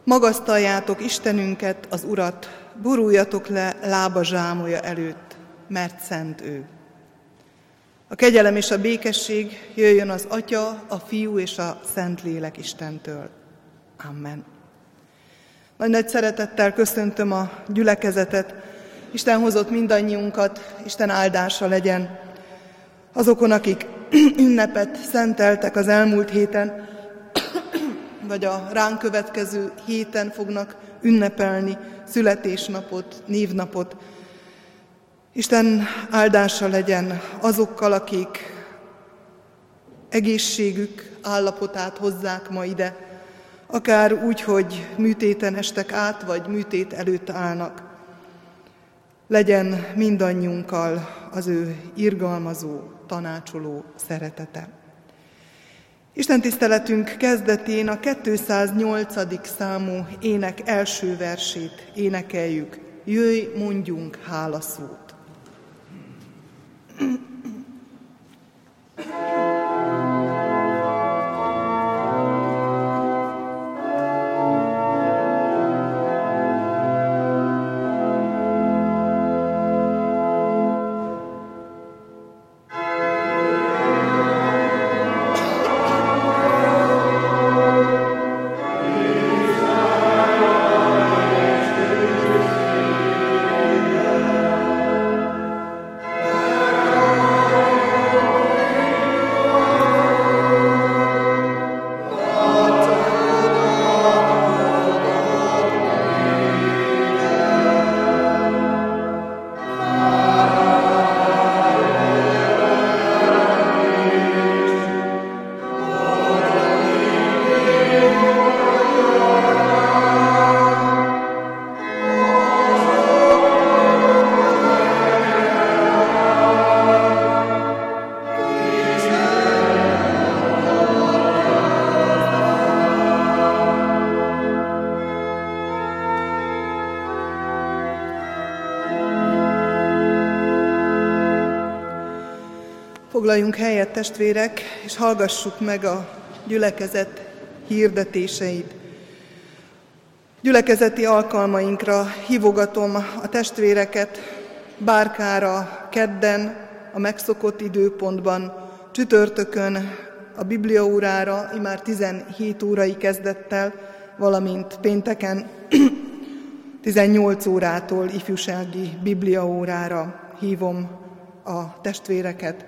Magasztaljátok Istenünket, az Urat, boruljatok le lába zsámolja előtt, mert szent ő. A kegyelem és a békesség jöjjön az Atya, a Fiú és a Szentlélek Istentől. Amen. Nagy szeretettel köszöntöm a gyülekezetet. Isten hozott mindannyiunkat, Isten áldása legyen azokon, akik ünnepet szenteltek az elmúlt héten, vagy a ránk következő héten fognak ünnepelni születésnapot, névnapot. Isten áldása legyen azokkal, akik egészségük állapotát hozzák ma ide, akár úgy, hogy műtéten estek át, vagy műtét előtt állnak. Legyen mindannyiunkkal az ő irgalmazó, tanácsoló szeretete. Isten tiszteletünk kezdetén a 208. számú ének első versét énekeljük. Jöjj, mondjunk hálaszót! Foglaljunk helyet, testvérek, és hallgassuk meg a gyülekezet hirdetéseit. Gyülekezeti alkalmainkra hívogatom a testvéreket Bárkára kedden, a megszokott időpontban, csütörtökön a bibliaórára, immár 17 órai kezdettel, valamint pénteken 18 órától ifjúsági bibliaórára hívom a testvéreket.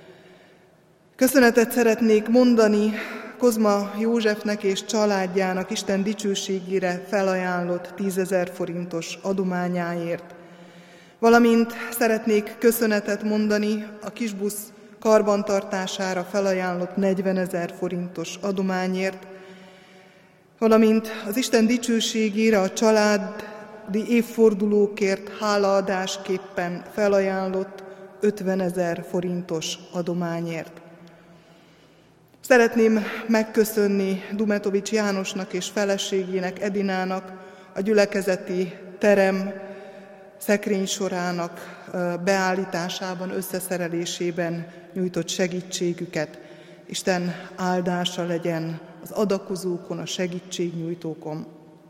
Köszönetet szeretnék mondani Kozma Józsefnek és családjának Isten dicsőségére felajánlott 10 000 forintos adományáért. Valamint szeretnék köszönetet mondani a kisbusz karbantartására felajánlott 40 000 forintos adományért, valamint az Isten dicsőségére a családi évfordulókért hálaadásképpen felajánlott 50 000 forintos adományért. Szeretném megköszönni Dumetovics Jánosnak és feleségének, Edinának, a gyülekezeti terem szekrénysorának beállításában, összeszerelésében nyújtott segítségüket. Isten áldása legyen az adakozókon, a segítségnyújtókon.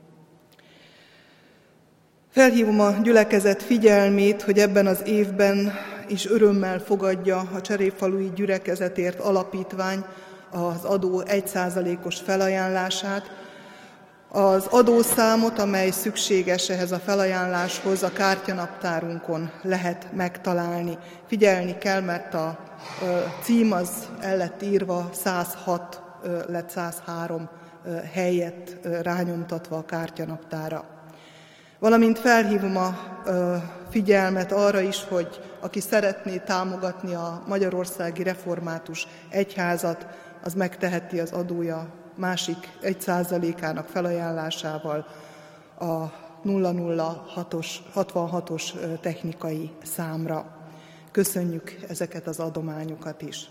Felhívom a gyülekezet figyelmét, hogy ebben az évben is örömmel fogadja a Cserépfalui Gyülekezetért Alapítvány az adó 1%-os felajánlását. Az adószámot, amely szükséges ehhez a felajánláshoz, a kártyanaptárunkon lehet megtalálni. Figyelni kell, mert a cím az el lett írva, 106 lett 103 helyett rányomtatva a kártyanaptára. Valamint felhívom a figyelmet arra is, hogy aki szeretné támogatni a Magyarországi Református Egyházat, az megteheti az adója másik 1%-ának felajánlásával a 006-os technikai számra. Köszönjük ezeket az adományokat is.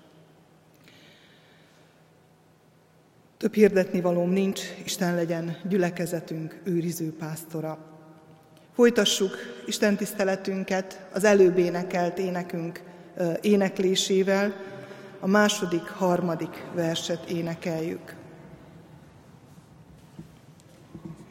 Több hirdetnivalóm nincs, Isten legyen gyülekezetünk őriző pásztora. Folytassuk istentiszteletünket az előbb énekelt énekünk éneklésével, a második, harmadik verset énekeljük.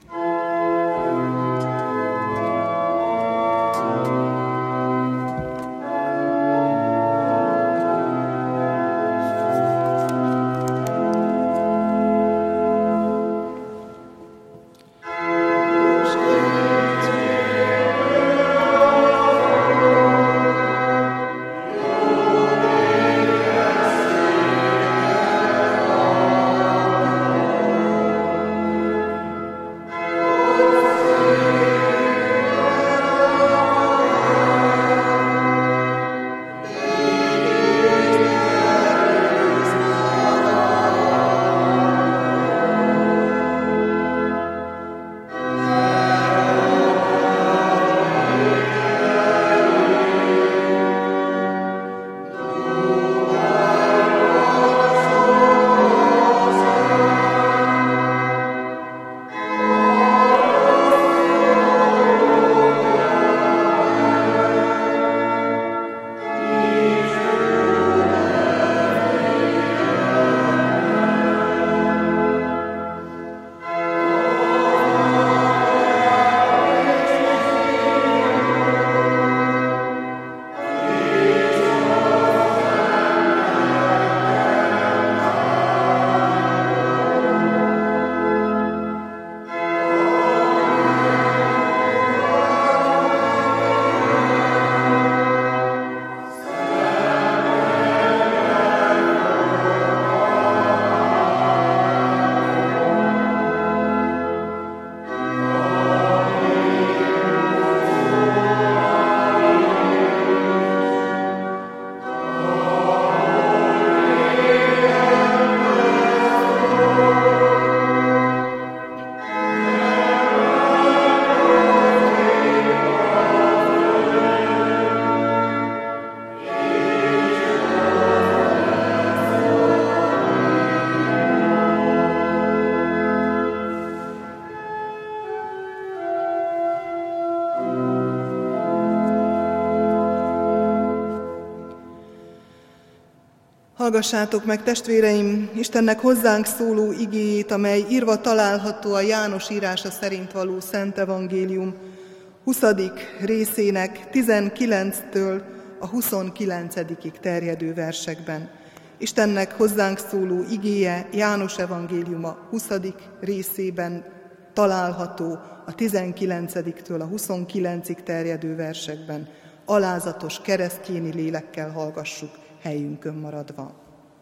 Hallgassátok meg, testvéreim, Istennek hozzánk szóló igéjét, amely írva található a János írása szerint való Szent Evangélium 20. részének 19-től a 29-ig terjedő versekben. Istennek hozzánk szóló igéje János evangéliuma 20. részében található a 19-től a 29-ig terjedő versekben. Alázatos keresztjéni lélekkel hallgassuk, helyünkön maradva.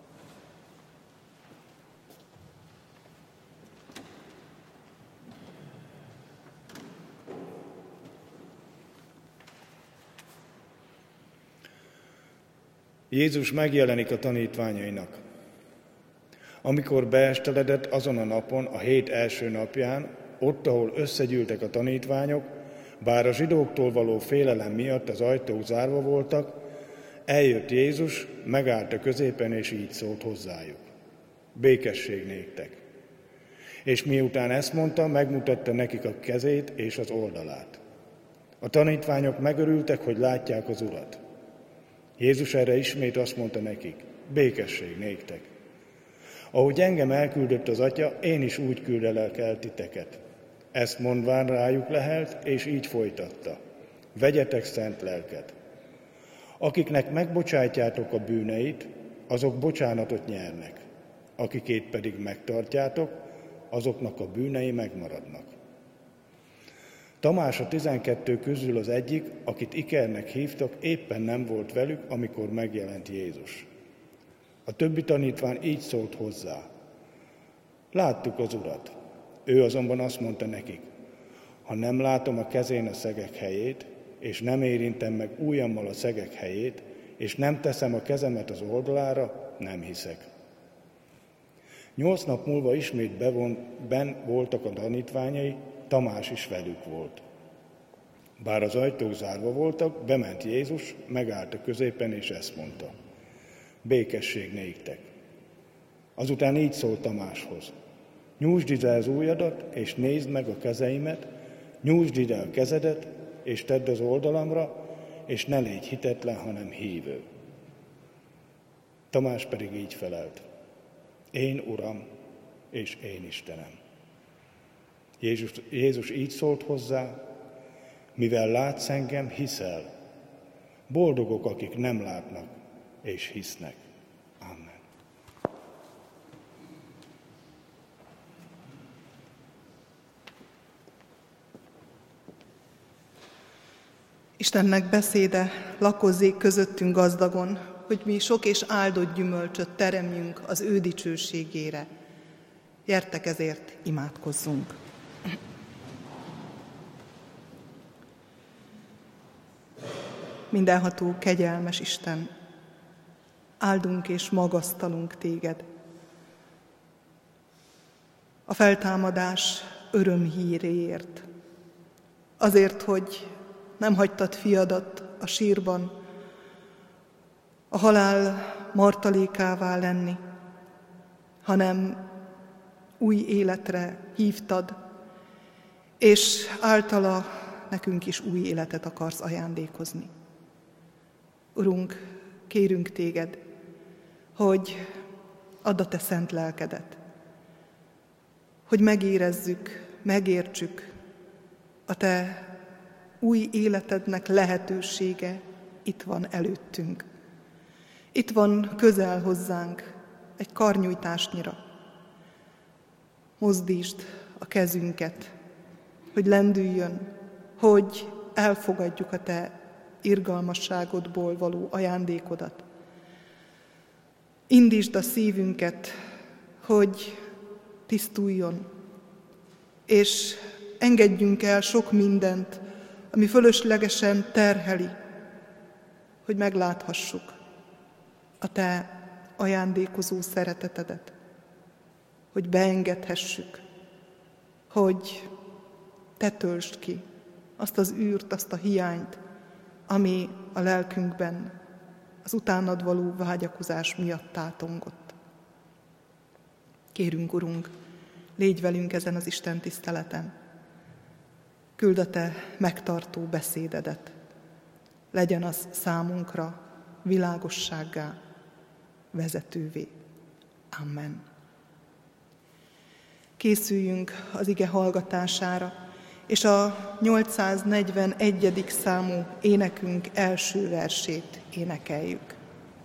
Jézus megjelenik a tanítványainak. Amikor beesteledett azon a napon, a hét első napján, ott, ahol összegyűltek a tanítványok, bár a zsidóktól való félelem miatt az ajtók zárva voltak, eljött Jézus, megállt a középen, és így szólt hozzájuk. Békesség néktek. És miután ezt mondta, megmutatta nekik a kezét és az oldalát. A tanítványok megörültek, hogy látják az Urat. Jézus erre ismét azt mondta nekik, békesség néktek. Ahogy engem elküldött az Atya, én is úgy küldelek el titeket. Ezt mondván rájuk lehelt, és így folytatta. Vegyetek szent lelket. Akiknek megbocsátjátok a bűneit, azok bocsánatot nyernek. Akikét pedig megtartjátok, azoknak a bűnei megmaradnak. Tamás a 12 közül az egyik, akit Ikernek hívtak, éppen nem volt velük, amikor megjelent Jézus. A többi tanítvány így szólt hozzá. Láttuk az Urat. Ő azonban azt mondta nekik, ha nem látom a kezén a szegek helyét, és nem érintem meg ujjammal a szegek helyét, és nem teszem a kezemet az oldalára, nem hiszek. 8 nap múlva ismét benn voltak a tanítványai, Tamás is velük volt. Bár az ajtók zárva voltak, bement Jézus, megállt a középen, és ezt mondta. Békesség néktek. Azután így szólt Tamáshoz. Nyújtsd ide az ujjadat, és nézd meg a kezeimet, nyújtsd ide a kezedet, és tedd az oldalamra, és ne légy hitetlen, hanem hívő. Tamás pedig így felelt. Én Uram, és én Istenem. Jézus így szólt hozzá, mivel látsz engem, hiszel. Boldogok, akik nem látnak, és hisznek. Amen. Istennek beszéde lakozzék közöttünk gazdagon, hogy mi sok és áldott gyümölcsöt teremjünk az ő dicsőségére. Gyertek ezért, imádkozzunk! Mindenható, kegyelmes Isten, áldunk és magasztalunk téged. A feltámadás örömhíréért, azért, hogy nem hagytad fiadat a sírban, a halál martalékává lenni, hanem új életre hívtad, és általa nekünk is új életet akarsz ajándékozni. Urunk, kérünk téged, hogy add a te szent lelkedet, hogy megérezzük, megértsük a te új életednek lehetősége itt van előttünk. Itt van közel hozzánk, egy karnyújtásnyira. Mozdítsd a kezünket, hogy lendüljön, hogy elfogadjuk a te irgalmasságodból való ajándékodat. Indítsd a szívünket, hogy tisztuljon, és engedjünk el sok mindent, ami fölöslegesen terheli, hogy megláthassuk a te ajándékozó szeretetedet, hogy beengedhessük, hogy te töltsd ki azt az űrt, azt a hiányt, ami a lelkünkben az utánad való vágyakozás miatt tátongott. Kérünk, Urunk, légy velünk ezen az Isten tiszteleten. Küld a te megtartó beszédedet. Legyen az számunkra világossággá, vezetővé. Amen. Készüljünk az ige hallgatására, és a 841. számú énekünk első versét énekeljük.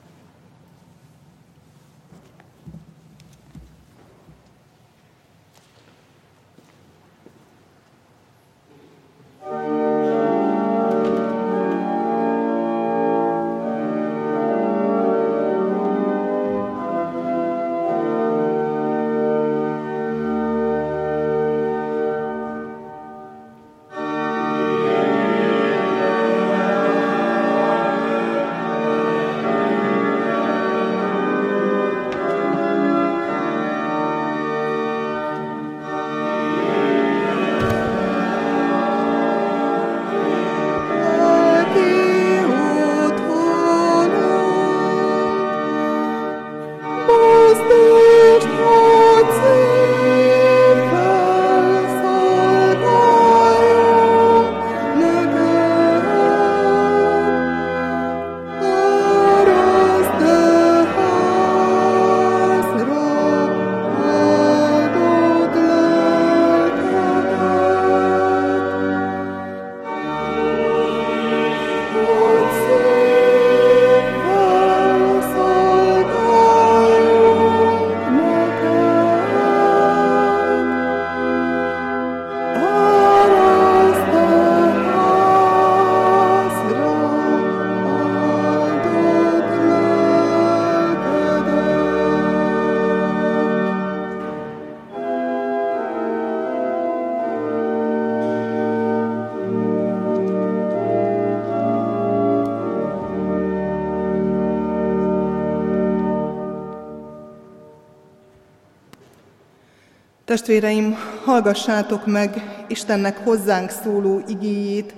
Testvéreim, hallgassátok meg Istennek hozzánk szóló igéjét,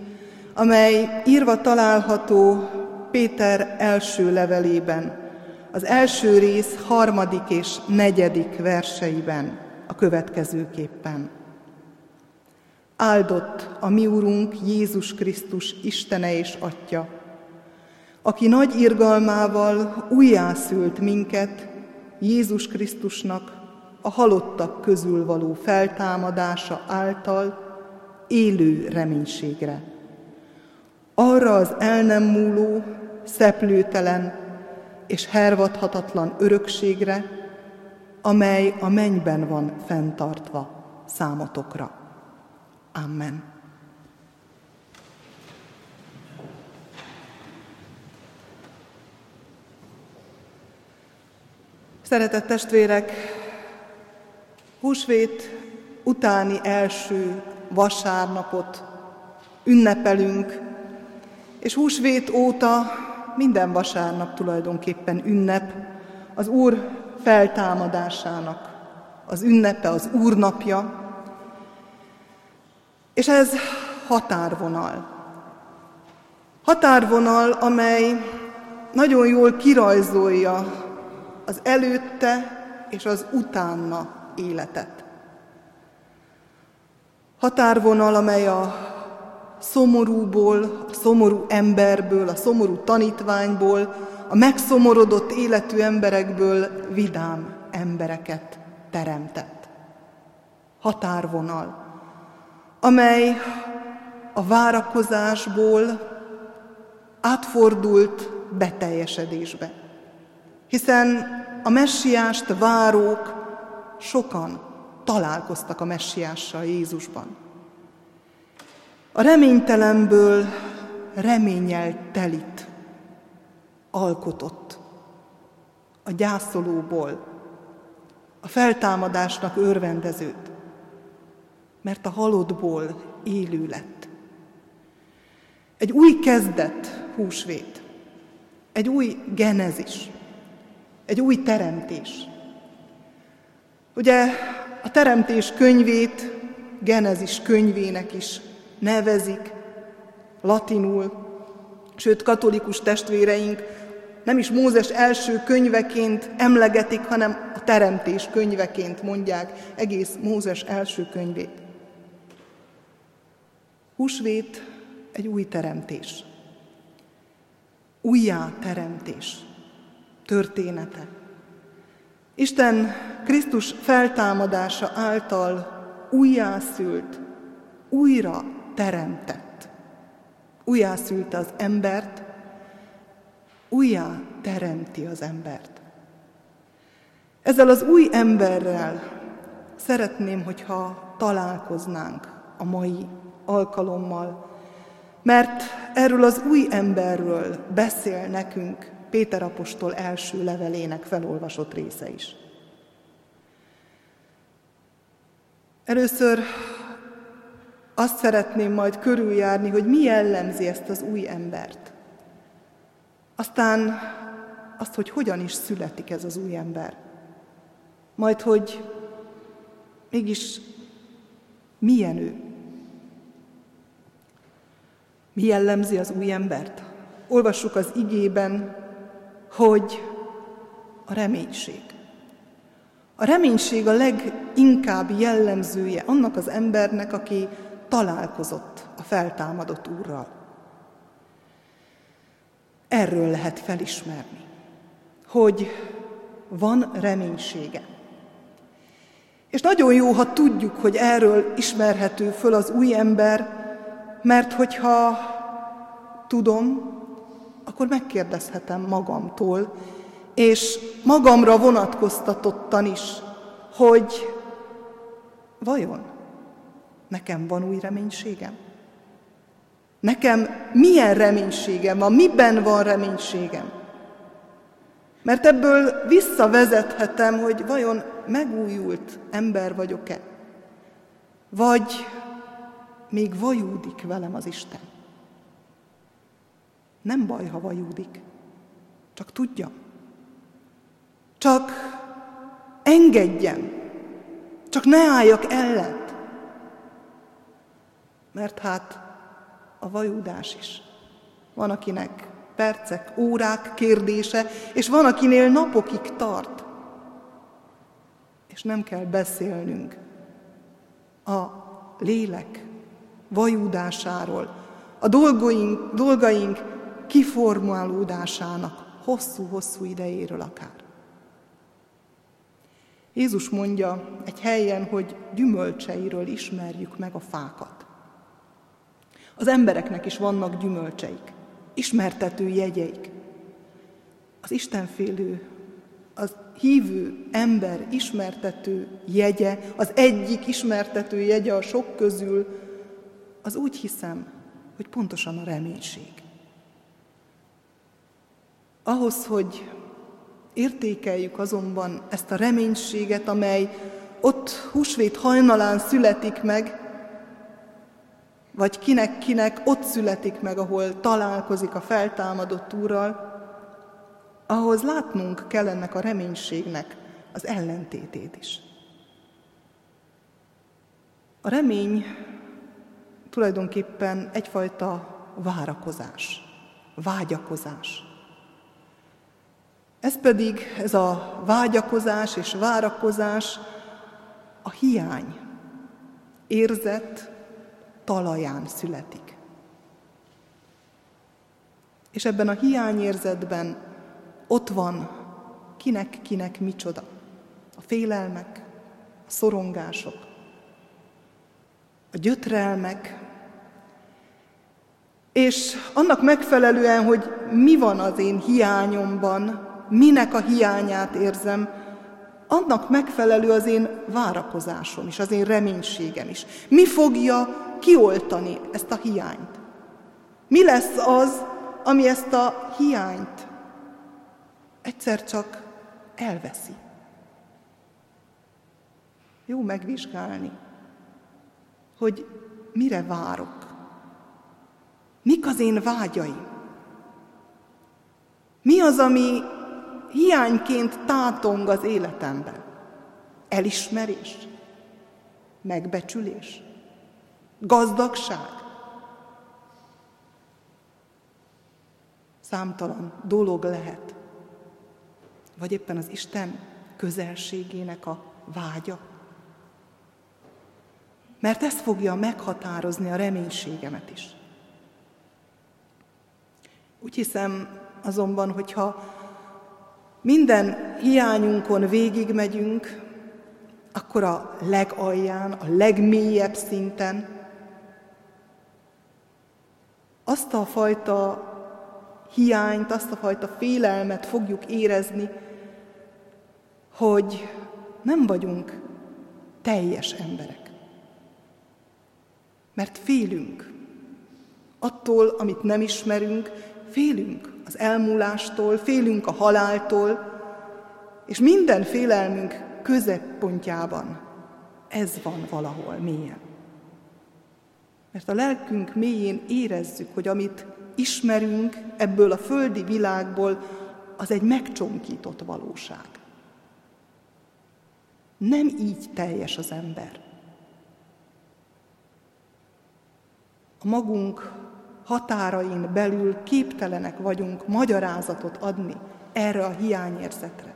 amely írva található Péter első levelében, az első rész 3. és 4. verseiben a következőképpen. Áldott a mi Urunk Jézus Krisztus Istene és Atyja, aki nagy irgalmával újjászült minket Jézus Krisztusnak a halottak közül való feltámadása által élő reménységre. Arra az el nem múló, szeplőtelen és hervadhatatlan örökségre, amely a mennyben van fenntartva számotokra. Amen. Szeretett testvérek, húsvét utáni első vasárnapot ünnepelünk, és húsvét óta minden vasárnap tulajdonképpen ünnep, az Úr feltámadásának az ünnepe, az Úrnapja, és ez határvonal. Határvonal, amely nagyon jól kirajzolja az előtte és az utána életet. Határvonal, amely a szomorúból, a szomorú emberből, a szomorú tanítványból, a megszomorodott életű emberekből vidám embereket teremtett. Határvonal, amely a várakozásból átfordult beteljesedésbe. Hiszen a messiást várók sokan találkoztak a messiással Jézusban. A reménytelenből reménnyel telit alkotott. A gyászolóból a feltámadásnak örvendezőt, mert a halottból élő lett. Egy új kezdet, húsvét, egy új genezis, egy új teremtés. Ugye a teremtés könyvét Genezis könyvének is nevezik, latinul, sőt katolikus testvéreink nem is Mózes első könyveként emlegetik, hanem a teremtés könyveként mondják egész Mózes első könyvét. Húsvét egy új teremtés, újjáteremtés története. Isten Krisztus feltámadása által újjászült, újra teremtett. Újjászülte az embert, újjá teremti az embert. Ezzel az új emberrel szeretném, hogyha találkoznánk a mai alkalommal, mert erről az új emberről beszél nekünk Péter apostol első levelének felolvasott része is. Először azt szeretném majd körüljárni, hogy mi jellemzi ezt az új embert. Aztán azt, hogy hogyan is születik ez az új ember. Majd, hogy mégis milyen ő. Mi jellemzi az új embert? Olvassuk az igében, hogy a reménység. A reménység a leginkább jellemzője annak az embernek, aki találkozott a feltámadott Úrral. Erről lehet felismerni, hogy van reménysége. És nagyon jó, ha tudjuk, hogy erről ismerhető föl az új ember, mert hogyha tudom, akkor megkérdezhetem magamtól, és magamra vonatkoztatottan is, hogy vajon nekem van új reménységem? Nekem milyen reménységem van, miben van reménységem? Mert ebből visszavezethetem, hogy vajon megújult ember vagyok-e? Vagy még vajúdik velem az Isten? Nem baj, ha vajúdik, csak tudjam. Csak engedjem, csak ne álljak ellent. Mert hát a vajúdás is. Van, akinek percek, órák kérdése, és van, akinél napokig tart. És nem kell beszélnünk a lélek vajúdásáról, a dolgaink kiformálódásának hosszú-hosszú idejéről akár. Jézus mondja egy helyen, hogy gyümölcseiről ismerjük meg a fákat. Az embereknek is vannak gyümölcseik, ismertető jegyeik. Az istenfélő, az hívő ember ismertető jegye, az egyik ismertető jegye a sok közül, az úgy hiszem, hogy pontosan a reménység. Ahhoz, hogy értékeljük azonban ezt a reménységet, amely ott húsvét hajnalán születik meg, vagy kinek-kinek ott születik meg, ahol találkozik a feltámadott Úrral, ahhoz látnunk kell ennek a reménységnek az ellentétét is. A remény tulajdonképpen egyfajta várakozás, vágyakozás. Ez a vágyakozás és várakozás a hiány érzet talaján születik. És ebben a hiányérzetben ott van kinek micsoda. A félelmek, a szorongások, a gyötrelmek, és annak megfelelően, hogy mi van az én hiányomban, minek a hiányát érzem, annak megfelelő az én várakozásom is, az én reménységem is. Mi fogja kioltani ezt a hiányt? Mi lesz az, ami ezt a hiányt egyszer csak elveszi? Jó megvizsgálni, hogy mire várok. Mik az én vágyaim? Mi az, ami hiányként tátong az életemben? Elismerés? Megbecsülés? Gazdagság? Számtalan dolog lehet. Vagy éppen az Isten közelségének a vágya. Mert ez fogja meghatározni a reménységemet is. Úgy hiszem azonban, hogyha minden hiányunkon végigmegyünk, akkor a legalján, a legmélyebb szinten azt a fajta hiányt, azt a fajta félelmet fogjuk érezni, hogy nem vagyunk teljes emberek. Mert félünk attól, amit nem ismerünk, félünk az elmúlástól, félünk a haláltól, és minden félelmünk középpontjában ez van valahol mélyen. Mert a lelkünk mélyén érezzük, hogy amit ismerünk ebből a földi világból, az egy megcsonkított valóság. Nem így teljes az ember. A magunk határain belül képtelenek vagyunk magyarázatot adni erre a hiányérzetre.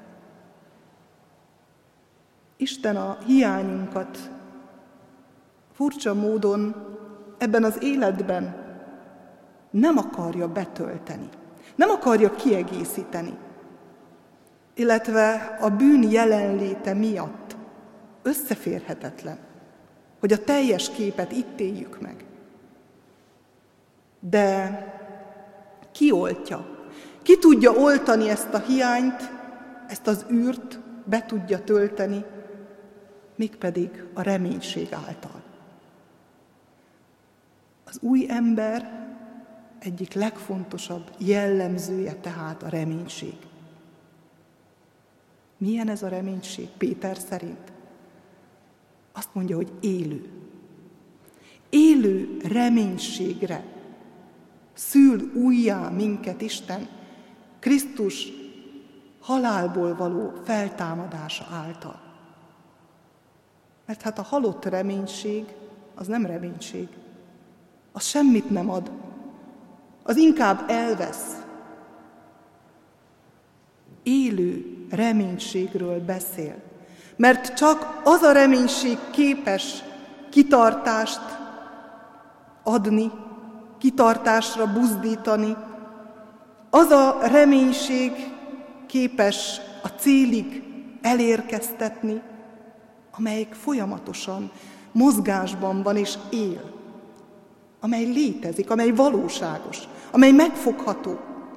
Isten a hiányunkat furcsa módon ebben az életben nem akarja betölteni, nem akarja kiegészíteni, illetve a bűn jelenléte miatt összeférhetetlen, hogy a teljes képet itt éljük meg. De ki oltja? Ki tudja oltani ezt a hiányt, ezt az űrt be tudja tölteni, mégpedig a reménység által. Az új ember egyik legfontosabb jellemzője tehát a reménység. Milyen ez a reménység Péter szerint? Azt mondja, hogy élő. Élő reménységre szül újjá minket Isten Krisztus halálból való feltámadása által. Mert hát a halott reménység, az nem reménység. Az semmit nem ad. Az inkább elvesz. Élő reménységről beszél. Mert csak az a reménység képes kitartást adni, kitartásra buzdítani, az a reménység képes a célig elérkeztetni, amelyik folyamatosan mozgásban van és él, amely létezik, amely valóságos, amely megfogható.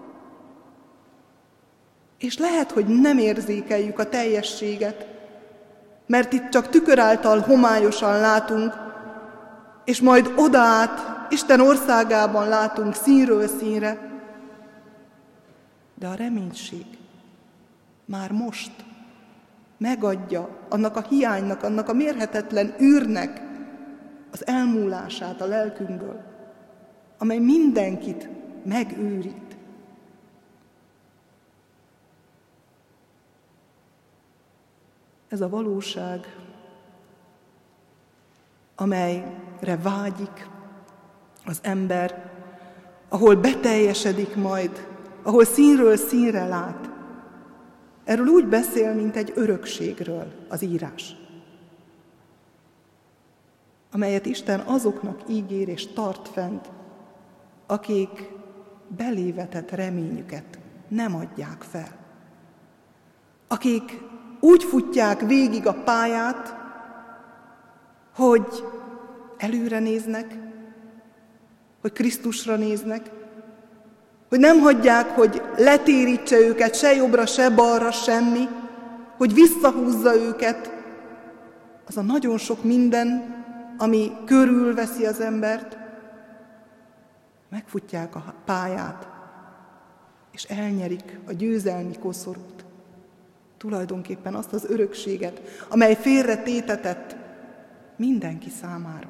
És lehet, hogy nem érzékeljük a teljességet, mert itt csak tükör által homályosan látunk, és majd odaát Isten országában látunk színről színre, de a reménység már most megadja annak a hiánynak, annak a mérhetetlen űrnek az elmúlását a lelkünkből, amely mindenkit megőrít. Ez a valóság, amelyre vágyik az ember, ahol beteljesedik majd, ahol színről színre lát. Erről úgy beszél, mint egy örökségről az írás, amelyet Isten azoknak ígér és tart fent, akik belévetett reményüket nem adják fel. Akik úgy futják végig a pályát, hogy előre néznek, hogy Krisztusra néznek, hogy nem hagyják, hogy letérítse őket se jobbra, se balra semmi, hogy visszahúzza őket az a nagyon sok minden, ami körülveszi az embert. Megfutják a pályát, és elnyerik a győzelmi koszorút. Tulajdonképpen azt az örökséget, amely félretétetett mindenki számára.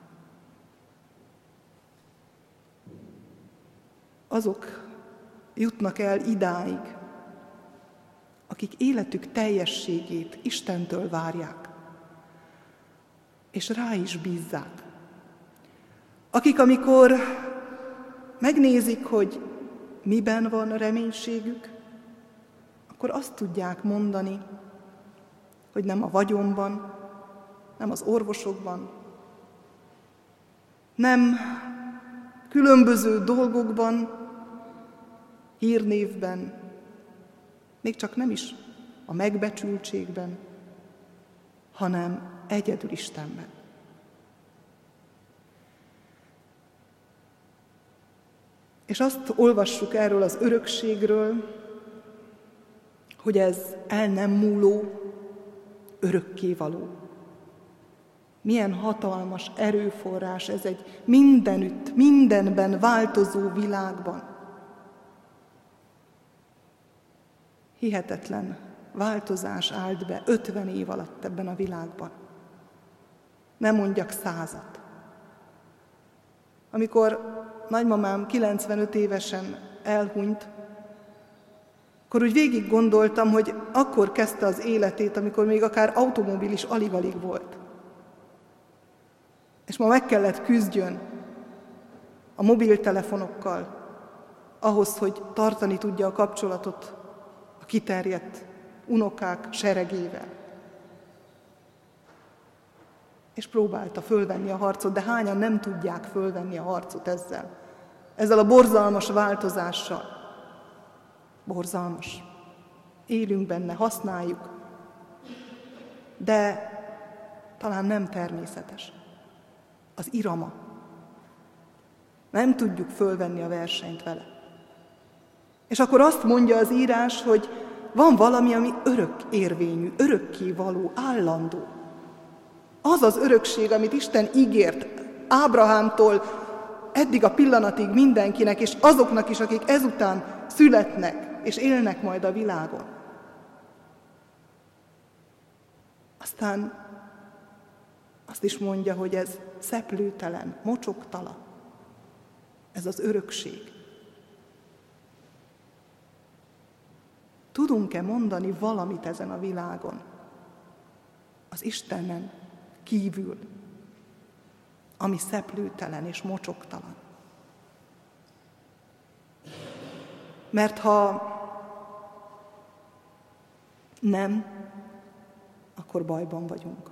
Azok jutnak el idáig, akik életük teljességét Istentől várják, és rá is bízzák. Akik, amikor megnézik, hogy miben van reménységük, akkor azt tudják mondani, hogy nem a vagyonban, nem az orvosokban, nem különböző dolgokban, hírnévben, még csak nem is a megbecsültségben, hanem egyedül Istenben. És azt olvassuk erről az örökségről, hogy ez el nem múló, örökkévaló. Milyen hatalmas erőforrás ez egy mindenütt, mindenben változó világban. Hihetetlen változás állt be 50 év alatt ebben a világban. Nem mondjak 100-at. Amikor nagymamám 95 évesen elhunyt, akkor úgy végig gondoltam, hogy akkor kezdte az életét, amikor még akár automobil is alig-alig volt. És ma meg kellett küzdjön a mobiltelefonokkal ahhoz, hogy tartani tudja a kapcsolatot a kiterjedt unokák seregével. És próbálta fölvenni a harcot, de hányan nem tudják fölvenni a harcot ezzel a borzalmas változással. Borzalmas. Élünk benne, használjuk, de talán nem természetes. Az irama. Nem tudjuk fölvenni a versenyt vele. És akkor azt mondja az írás, hogy van valami, ami örök érvényű, örökkévaló, állandó. Az az örökség, amit Isten ígért Ábrahámtól eddig a pillanatig mindenkinek, és azoknak is, akik ezután születnek, és élnek majd a világon. Aztán azt is mondja, hogy ez szeplőtelen, mocsoktalan. Ez az örökség. Tudunk-e mondani valamit ezen a világon? Az Istenen kívül, ami szeplőtelen és mocsoktalan. Mert ha nem, akkor bajban vagyunk.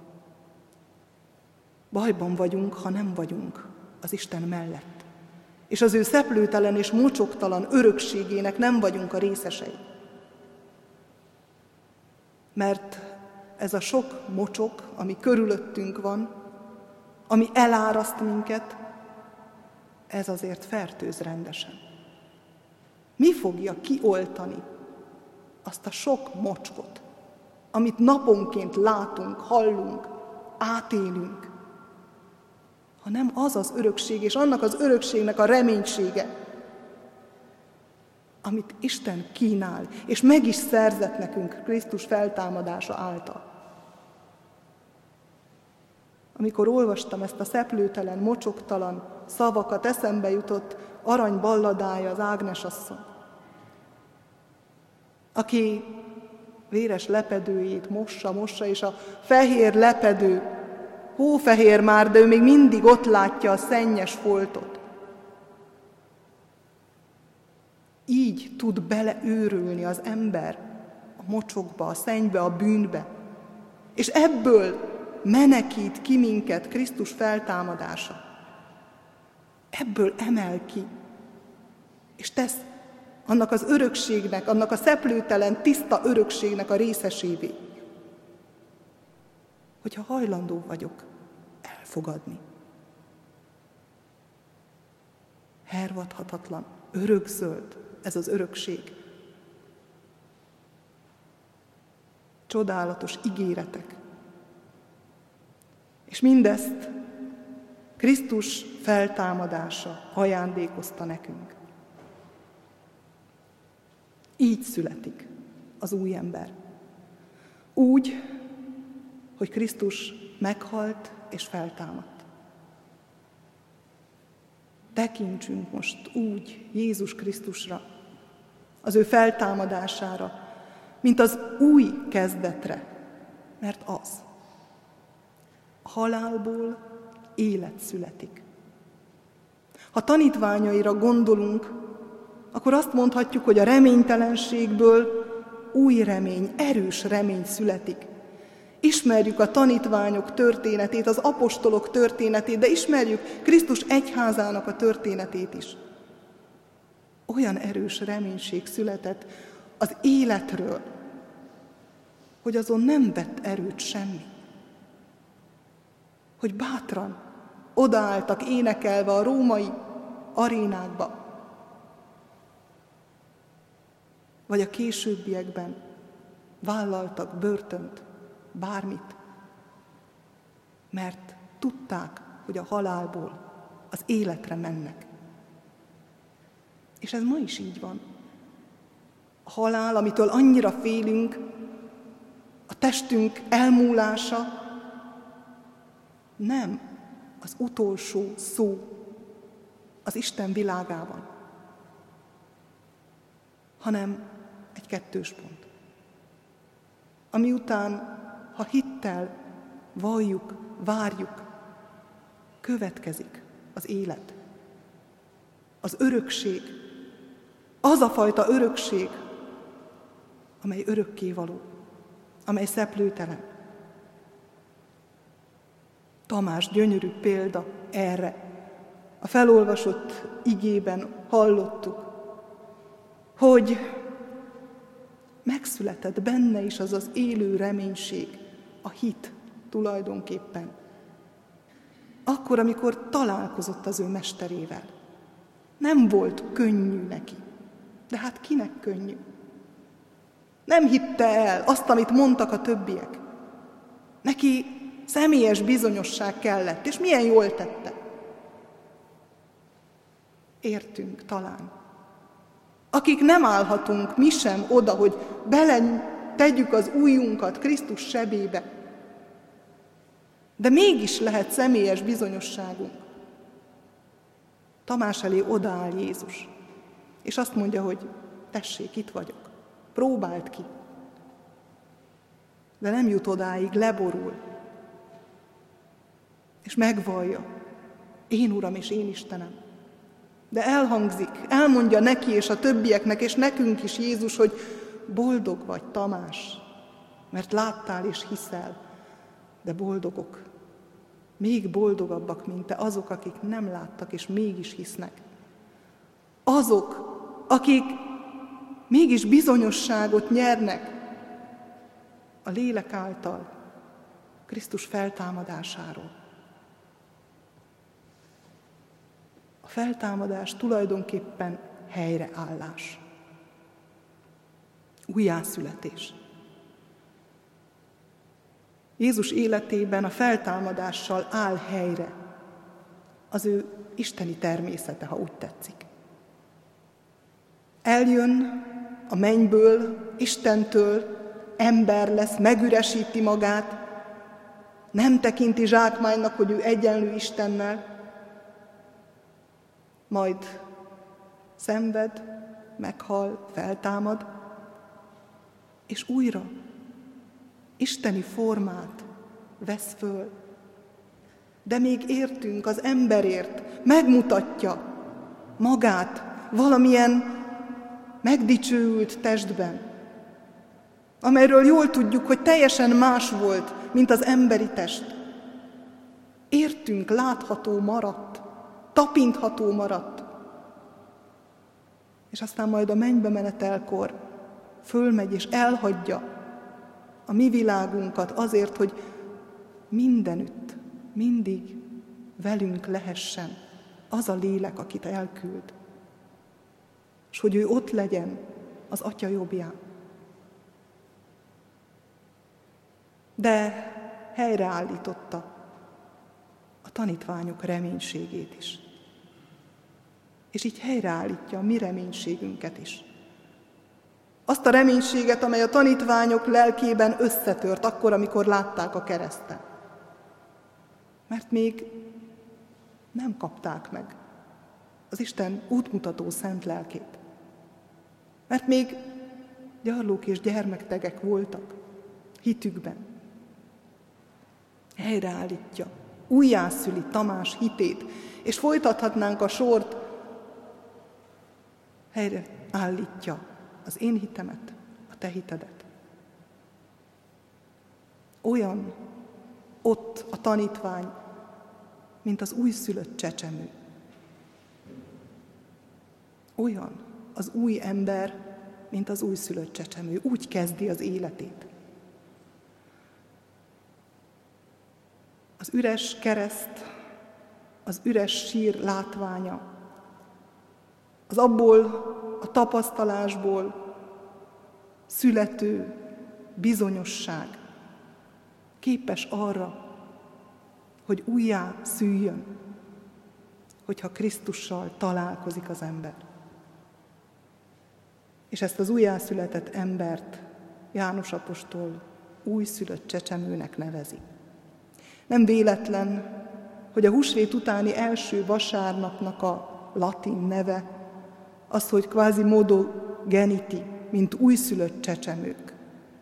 Bajban vagyunk, ha nem vagyunk az Isten mellett. És az ő szeplőtelen és mocsoktalan örökségének nem vagyunk a részesei. Mert ez a sok mocsok, ami körülöttünk van, ami eláraszt minket, ez azért fertőz rendesen. Mi fogja kioltani azt a sok mocskot, amit naponként látunk, hallunk, átélünk, hanem az az örökség, és annak az örökségnek a reménysége, amit Isten kínál, és meg is szerzett nekünk Krisztus feltámadása által. Amikor olvastam ezt a szeplőtelen, mocsoktalan szavakat, eszembe jutott Arany balladája, az Ágnes asszony, aki véres lepedőjét mossa, és a fehér lepedő, hófehér már, de ő még mindig ott látja a szennyes foltot. Így tud beleőrülni az ember a mocsokba, a szennybe, a bűnbe. És ebből menekít ki minket Krisztus feltámadása. Ebből emel ki. És tesz annak az örökségnek, annak a szeplőtelen, tiszta örökségnek a részesévé. Hogyha hajlandó vagyok elfogadni. Hervadhatatlan, örökzöld ez az örökség. Csodálatos ígéretek. És mindezt Krisztus feltámadása ajándékozta nekünk. Így születik az új ember. Úgy, hogy Krisztus meghalt és feltámadt. Tekintsünk most úgy Jézus Krisztusra, az ő feltámadására, mint az új kezdetre, mert az. A halálból élet születik. Ha tanítványaira gondolunk, akkor azt mondhatjuk, hogy a reménytelenségből új remény, erős remény születik. Ismerjük a tanítványok történetét, az apostolok történetét, de ismerjük Krisztus egyházának a történetét is. Olyan erős reménység született, az életről, hogy azon nem vett erőt semmi. Hogy bátran odaálltak énekelve a római arénákba, vagy a későbbiekben vállaltak börtönt, bármit, mert tudták, hogy a halálból az életre mennek. És ez ma is így van. A halál, amitől annyira félünk, a testünk elmúlása nem az utolsó szó az Isten világában, hanem egy kettős pont. Ami után, ha hittel valljuk, várjuk, következik az élet, az örökség, az a fajta örökség, amely örökkévaló, amely szeplőtelen. Tamás gyönyörű példa erre. A felolvasott igében hallottuk, hogy megszületett benne is az az élő reménység, a hit tulajdonképpen. Akkor, amikor találkozott az ő mesterével. Nem volt könnyű neki. De hát kinek könnyű? Nem hitte el azt, amit mondtak a többiek. Neki személyes bizonyosság kellett, és milyen jól tette. Értünk talán. Akik nem állhatunk mi sem oda, hogy tegyük az ujjunkat Krisztus sebébe, de mégis lehet személyes bizonyosságunk. Tamás elé odaáll Jézus, és azt mondja, hogy tessék, itt vagyok. Próbáld ki. De nem jut odáig, leborul. És megvallja, én Uram és én Istenem. De elhangzik, elmondja neki és a többieknek, és nekünk is Jézus, hogy boldog vagy, Tamás, mert láttál és hiszel, de boldogok, még boldogabbak, mint te azok, akik nem láttak és mégis hisznek. Azok, akik mégis bizonyosságot nyernek a lélek által, Krisztus feltámadásáról. A feltámadás tulajdonképpen helyreállás, újjászületés. Jézus életében a feltámadással áll helyre az ő isteni természete, ha úgy tetszik. Eljön a mennyből, Istentől, ember lesz, megüresíti magát, nem tekinti zsákmánynak, hogy ő egyenlő Istennel, majd szenved, meghal, feltámad, és újra isteni formát vesz föl. De még értünk az emberért, megmutatja magát valamilyen megdicsőült testben, amelyről jól tudjuk, hogy teljesen más volt, mint az emberi test. Értünk látható maradt, tapintható maradt, és aztán majd a mennybe menetelkor fölmegy és elhagyja a mi világunkat azért, hogy mindenütt, mindig velünk lehessen az a lélek, akit elküld, és hogy ő ott legyen az Atya jobbján. De helyreállította a tanítványok reménységét is. És így helyreállítja a mi reménységünket is. Azt a reménységet, amely a tanítványok lelkében összetört akkor, amikor látták a kereszten. Mert még nem kapták meg az Isten útmutató szent lelkét. Mert még gyarlók és gyermektegek voltak hitükben. Helyreállítja, újjászüli Tamás hitét, és folytathatnánk a sort, helyreállítja az én hitemet, a te hitedet. Olyan ott a tanítvány, mint az újszülött csecsemő. Olyan az új ember, mint az újszülött csecsemő. Úgy kezdi az életét. Az üres kereszt, az üres sír látványa, az abból a tapasztalásból születő bizonyosság képes arra, hogy újjá szüljön, hogyha Krisztussal találkozik az ember. És ezt az újjászületett embert János apostol újszülött csecsemőnek nevezi. Nem véletlen, hogy a húsvét utáni első vasárnapnak a latin neve az, hogy kvázi modo geniti, mint újszülött csecsemők.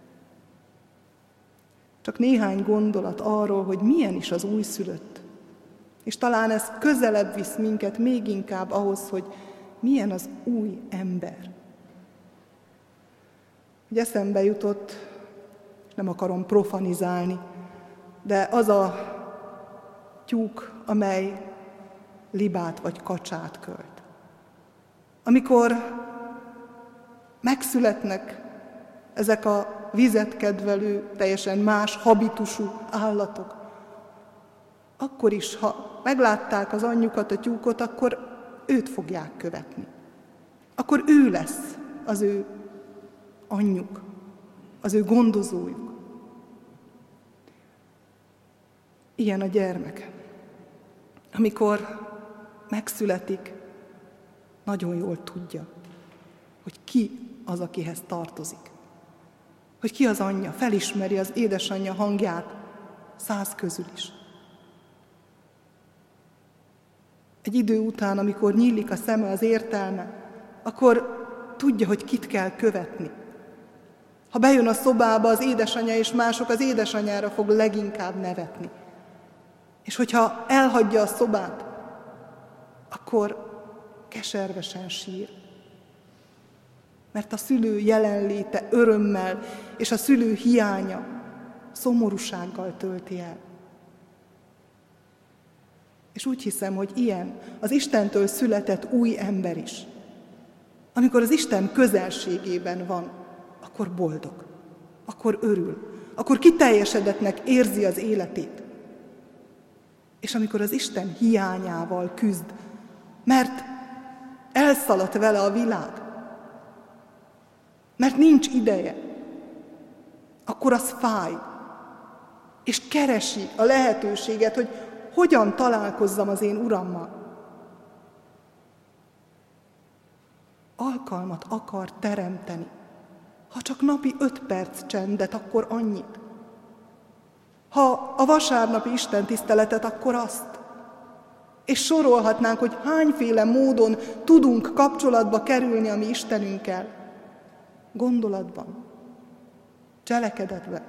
Csak néhány gondolat arról, hogy milyen is az újszülött. És talán ez közelebb visz minket még inkább ahhoz, hogy milyen az új ember. Ugye eszembe jutott, nem akarom profanizálni, de az a tyúk, amely libát vagy kacsát költ. Amikor megszületnek ezek a vizet kedvelő, teljesen más habitusú állatok, akkor is, ha meglátták az anyjukat, a tyúkot, akkor őt fogják követni. Akkor ő lesz az ő anyjuk, az ő gondozójuk. Ilyen a gyermek. Amikor megszületik, nagyon jól tudja, hogy ki az, akihez tartozik. Hogy ki az anyja, felismeri az édesanyja hangját 100 közül is. Egy idő után, amikor nyílik a szeme, az értelme, akkor tudja, hogy kit kell követni. Ha bejön a szobába az édesanyja és mások, az édesanyjára fog leginkább nevetni. És hogyha elhagyja a szobát, akkor keservesen sír. Mert a szülő jelenléte örömmel és a szülő hiánya szomorúsággal tölti el. És úgy hiszem, hogy ilyen az Istentől született új ember is. Amikor az Isten közelségében van, akkor boldog, akkor örül, akkor kiteljesedettnek érzi az életét. És amikor az Isten hiányával küzd, mert elszaladt vele a világ, mert nincs ideje, akkor az fáj, és keresi a lehetőséget, hogy hogyan találkozzam az én Urammal. Alkalmat akar teremteni. Ha csak napi 5 perc csendet, akkor annyit. Ha a vasárnapi istentiszteletet, akkor azt. És sorolhatnánk, hogy hányféle módon tudunk kapcsolatba kerülni a mi Istenünkkel. Gondolatban, cselekedetben.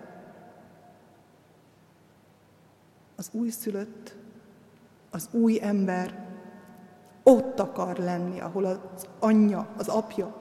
Az újszülött, az új ember ott akar lenni, ahol az anyja, az apja.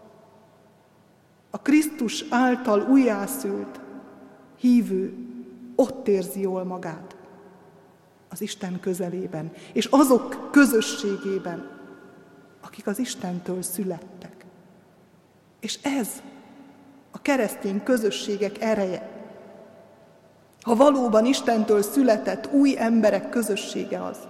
A Krisztus által újjászült hívő ott érzi jól magát, az Isten közelében, és azok közösségében, akik az Istentől születtek. És ez a keresztény közösségek ereje. Ha valóban Istentől született új emberek közössége az.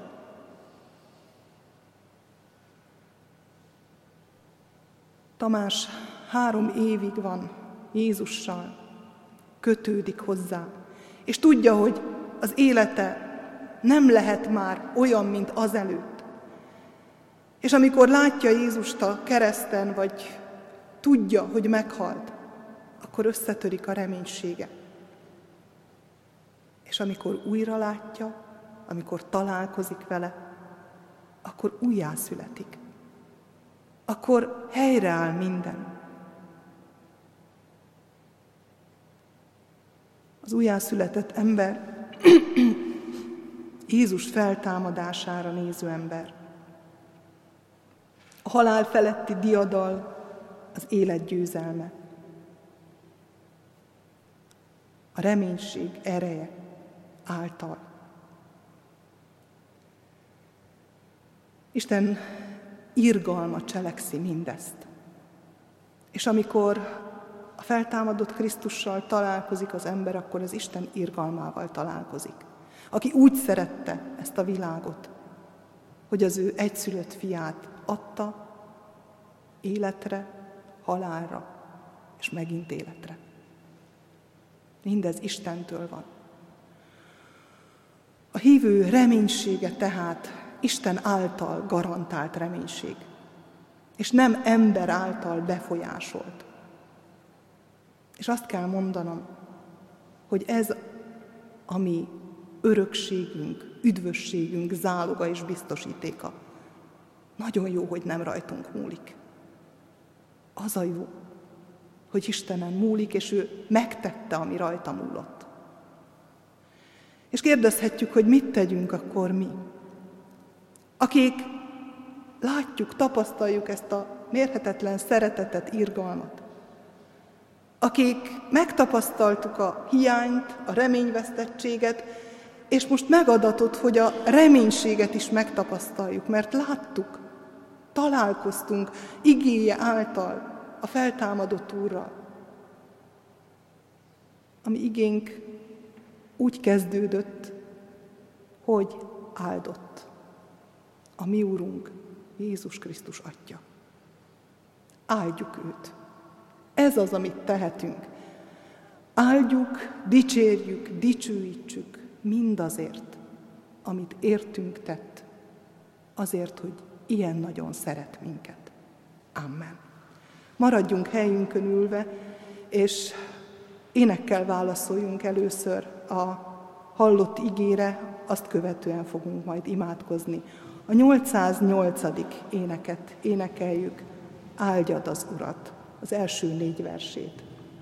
Tamás 3 évig van Jézussal, kötődik hozzá, és tudja, hogy az élete nem lehet már olyan, mint azelőtt. És amikor látja Jézust a kereszten, vagy tudja, hogy meghalt, akkor összetörik a reménysége. És amikor újra látja, amikor találkozik vele, akkor újjászületik. Akkor helyreáll minden. Az újjászületett ember Jézus feltámadására néző ember. A halál feletti diadal az élet győzelme. A reménység ereje által. Isten irgalma cselekszi mindezt. És amikor a feltámadott Krisztussal találkozik az ember, akkor az Isten irgalmával találkozik, aki úgy szerette ezt a világot, hogy az ő egyszülött fiát adta életre, halálra és megint életre. Mindez Istentől van. A hívő reménysége tehát Isten által garantált reménység, és nem ember által befolyásolt. És azt kell mondanom, hogy ez a mi örökségünk, üdvösségünk záloga és biztosítéka. Nagyon jó, hogy nem rajtunk múlik. Az a jó, hogy Istenen múlik, és ő megtette, ami rajta múlott. És kérdezhetjük, hogy mit tegyünk akkor mi, akik látjuk, tapasztaljuk ezt a mérhetetlen szeretetet, irgalmat, akik megtapasztaltuk a hiányt, a reményvesztettséget, és most megadatott, hogy a reménységet is megtapasztaljuk, mert láttuk, találkoztunk igéje által a feltámadott Úrral. A mi igénk úgy kezdődött, hogy áldott a mi Úrunk, Jézus Krisztus Atya. Áldjuk őt. Ez az, amit tehetünk. Áldjuk, dicsérjük, dicsőítsük mindazért, amit értünk tett, azért, hogy ilyen nagyon szeret minket. Amen. Maradjunk helyünkön ülve, és énekkel válaszoljunk először a hallott igére, azt követően fogunk majd imádkozni. A 808. éneket énekeljük, áldjad az Urat, az első 4 versét.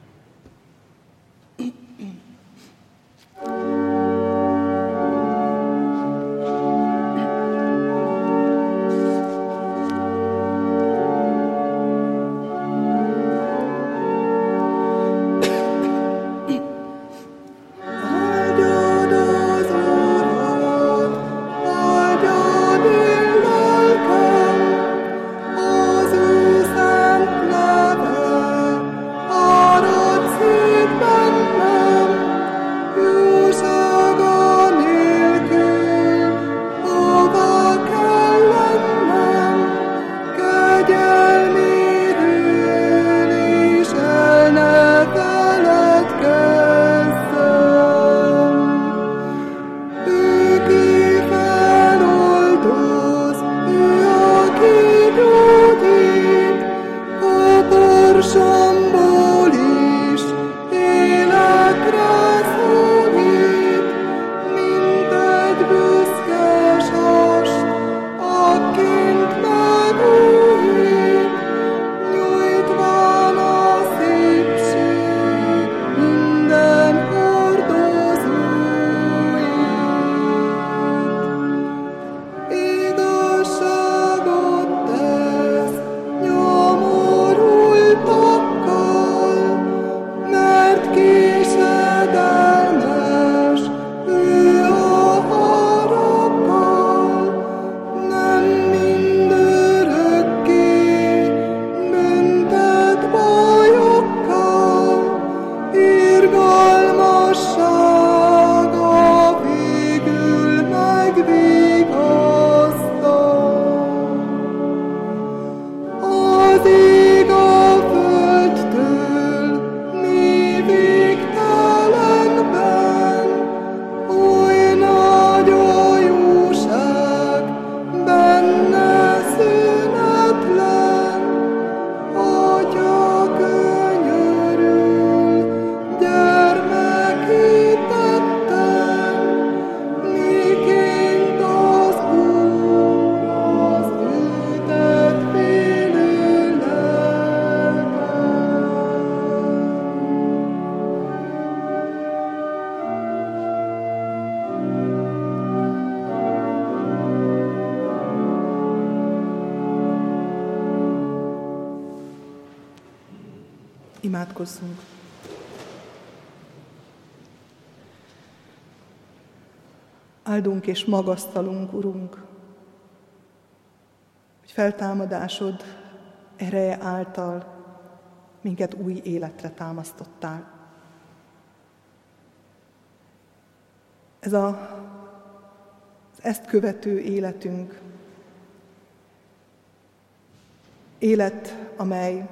Imádkozzunk. Áldunk és magasztalunk, Urunk, hogy feltámadásod ereje által minket új életre támasztottál. Ez az ezt követő életünk, élet, amely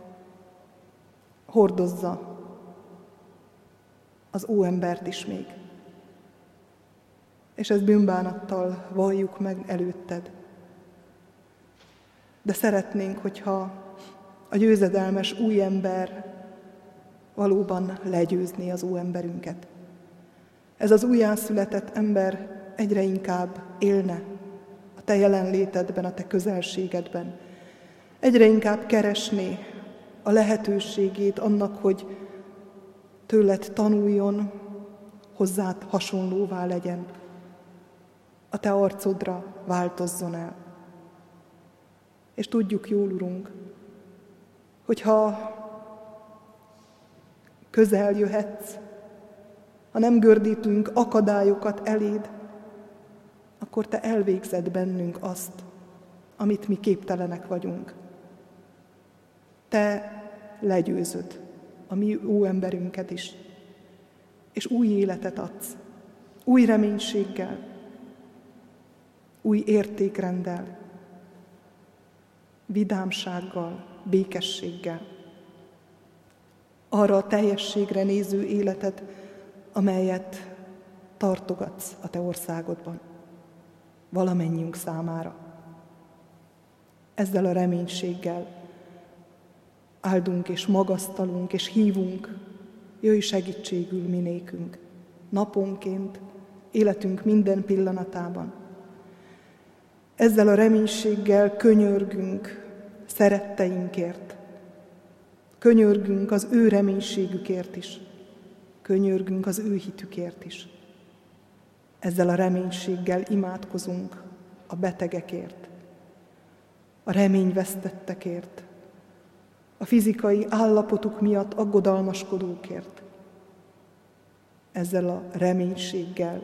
hordozza az óembert is még. És ezt bűnbánattal valljuk meg előtted. De szeretnénk, hogyha a győzedelmes új ember valóban legyőzni az óemberünket. Ez az újjászületett ember egyre inkább élne a te jelenlétedben, a te közelségedben. Egyre inkább keresné a lehetőségét annak, hogy tőled tanuljon, hozzád hasonlóvá legyen, a te arcodra változzon el. És tudjuk jól, Urunk, hogyha közel jöhetsz, ha nem gördítünk akadályokat eléd, akkor te elvégzed bennünk azt, amit mi képtelenek vagyunk. Te legyőzöd a mi óemberünket is, és új életet adsz, új reménységgel, új értékrenddel, vidámsággal, békességgel. Arra a teljességre néző életet, amelyet tartogatsz a te országodban, valamennyiünk számára. Ezzel a reménységgel áldunk és magasztalunk és hívunk, jöjj segítségül mi nékünk, naponként, életünk minden pillanatában. Ezzel a reménységgel könyörgünk szeretteinkért, könyörgünk az ő reménységükért is, könyörgünk az ő hitükért is. Ezzel a reménységgel imádkozunk a betegekért, a reményvesztettekért, a fizikai állapotuk miatt aggodalmaskodókért. Ezzel a reménységgel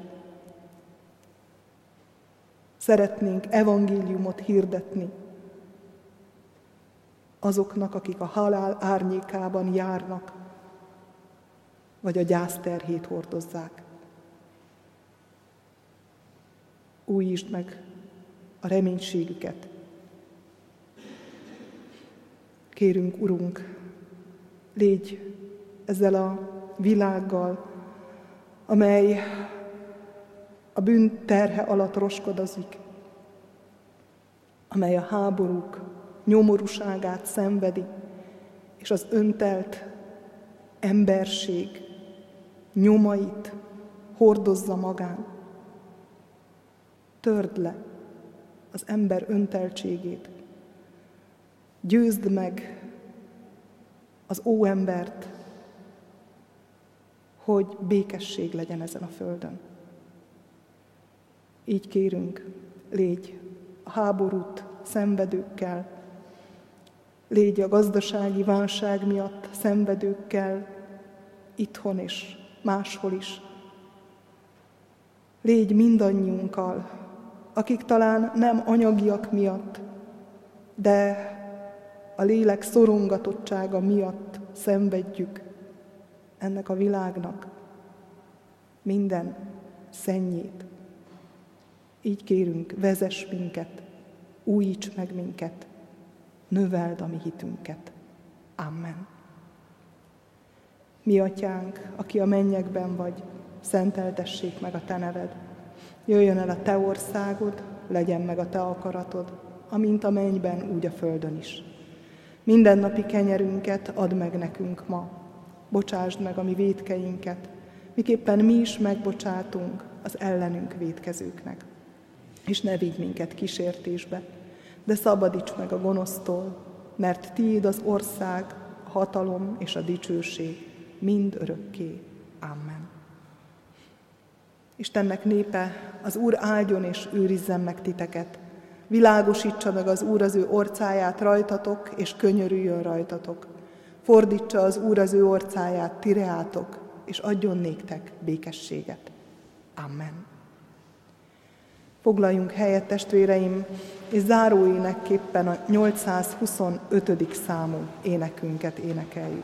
szeretnénk evangéliumot hirdetni azoknak, akik a halál árnyékában járnak, vagy a gyászterhét hordozzák. Újítsd meg a reménységüket. Kérünk, Urunk, légy ezzel a világgal, amely a bűn terhe alatt roskodozik, amely a háborúk nyomorúságát szenvedi, és az öntelt emberség nyomait hordozza magán. Törd le az ember önteltségét. Győzd meg az óembert, hogy békesség legyen ezen a földön. Így kérünk, légy a háborút szenvedőkkel, légy a gazdasági válság miatt szenvedőkkel, itthon és máshol is. Légy mindannyiunkkal, akik talán nem anyagiak miatt, de a lélek szorongatottsága miatt szenvedjük ennek a világnak minden szennyét. Így kérünk, vezess minket, újíts meg minket, növeld a mi hitünket. Amen. Mi atyánk, aki a mennyekben vagy, szenteltessék meg a te neved. Jöjjön el a te országod, legyen meg a te akaratod, amint a mennyben, úgy a földön is. Mindennapi kenyerünket add meg nekünk ma. Bocsásd meg a mi vétkeinket, miképpen mi is megbocsátunk az ellenünk vétkezőknek. És ne vigy minket kísértésbe, de szabadíts meg a gonosztól, mert tiéd az ország, a hatalom és a dicsőség mind örökké. Amen. Istennek népe, az Úr áldjon és őrizzen meg titeket. Világosítsa meg az Úr az ő orcáját rajtatok, és könyörüljön rajtatok. Fordítsa az Úr az ő orcáját ti reátok, és adjon néktek békességet. Amen. Foglaljunk helyet, testvéreim, és záró énekképpen a 825. számú énekünket énekeljük.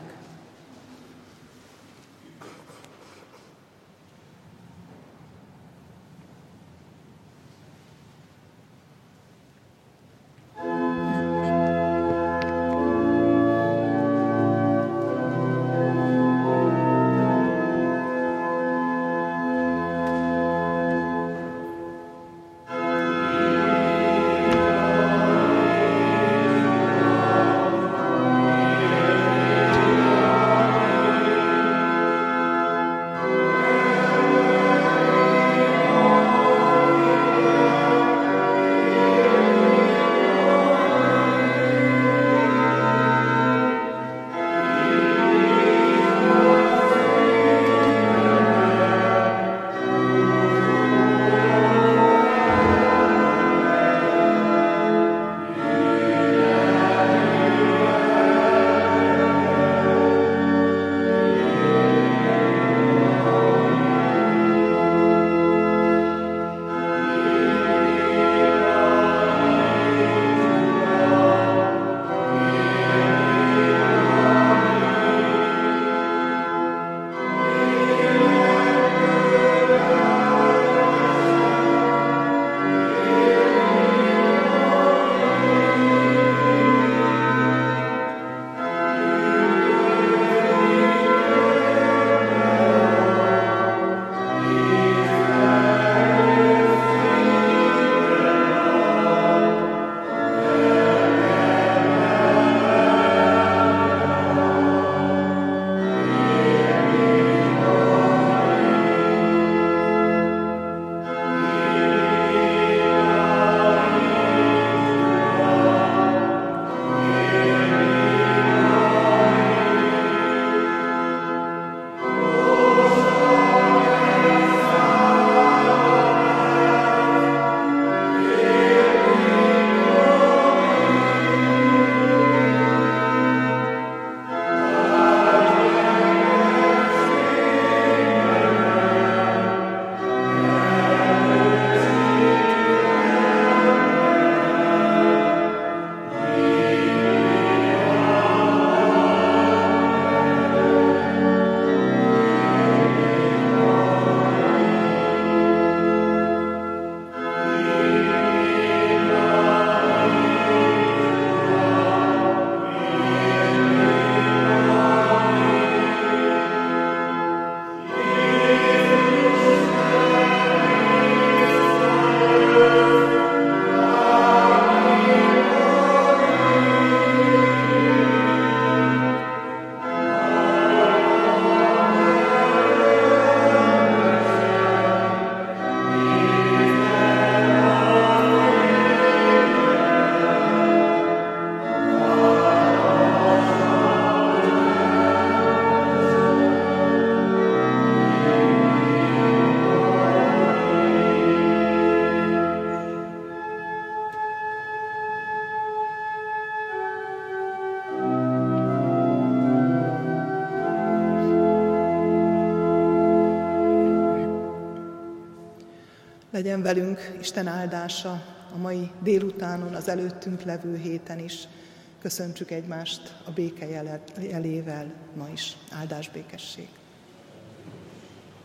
Legyen velünk Isten áldása a mai délutánon, az előttünk levő héten is. Köszöntsük egymást a béke jelével ma is. Áldás, békesség!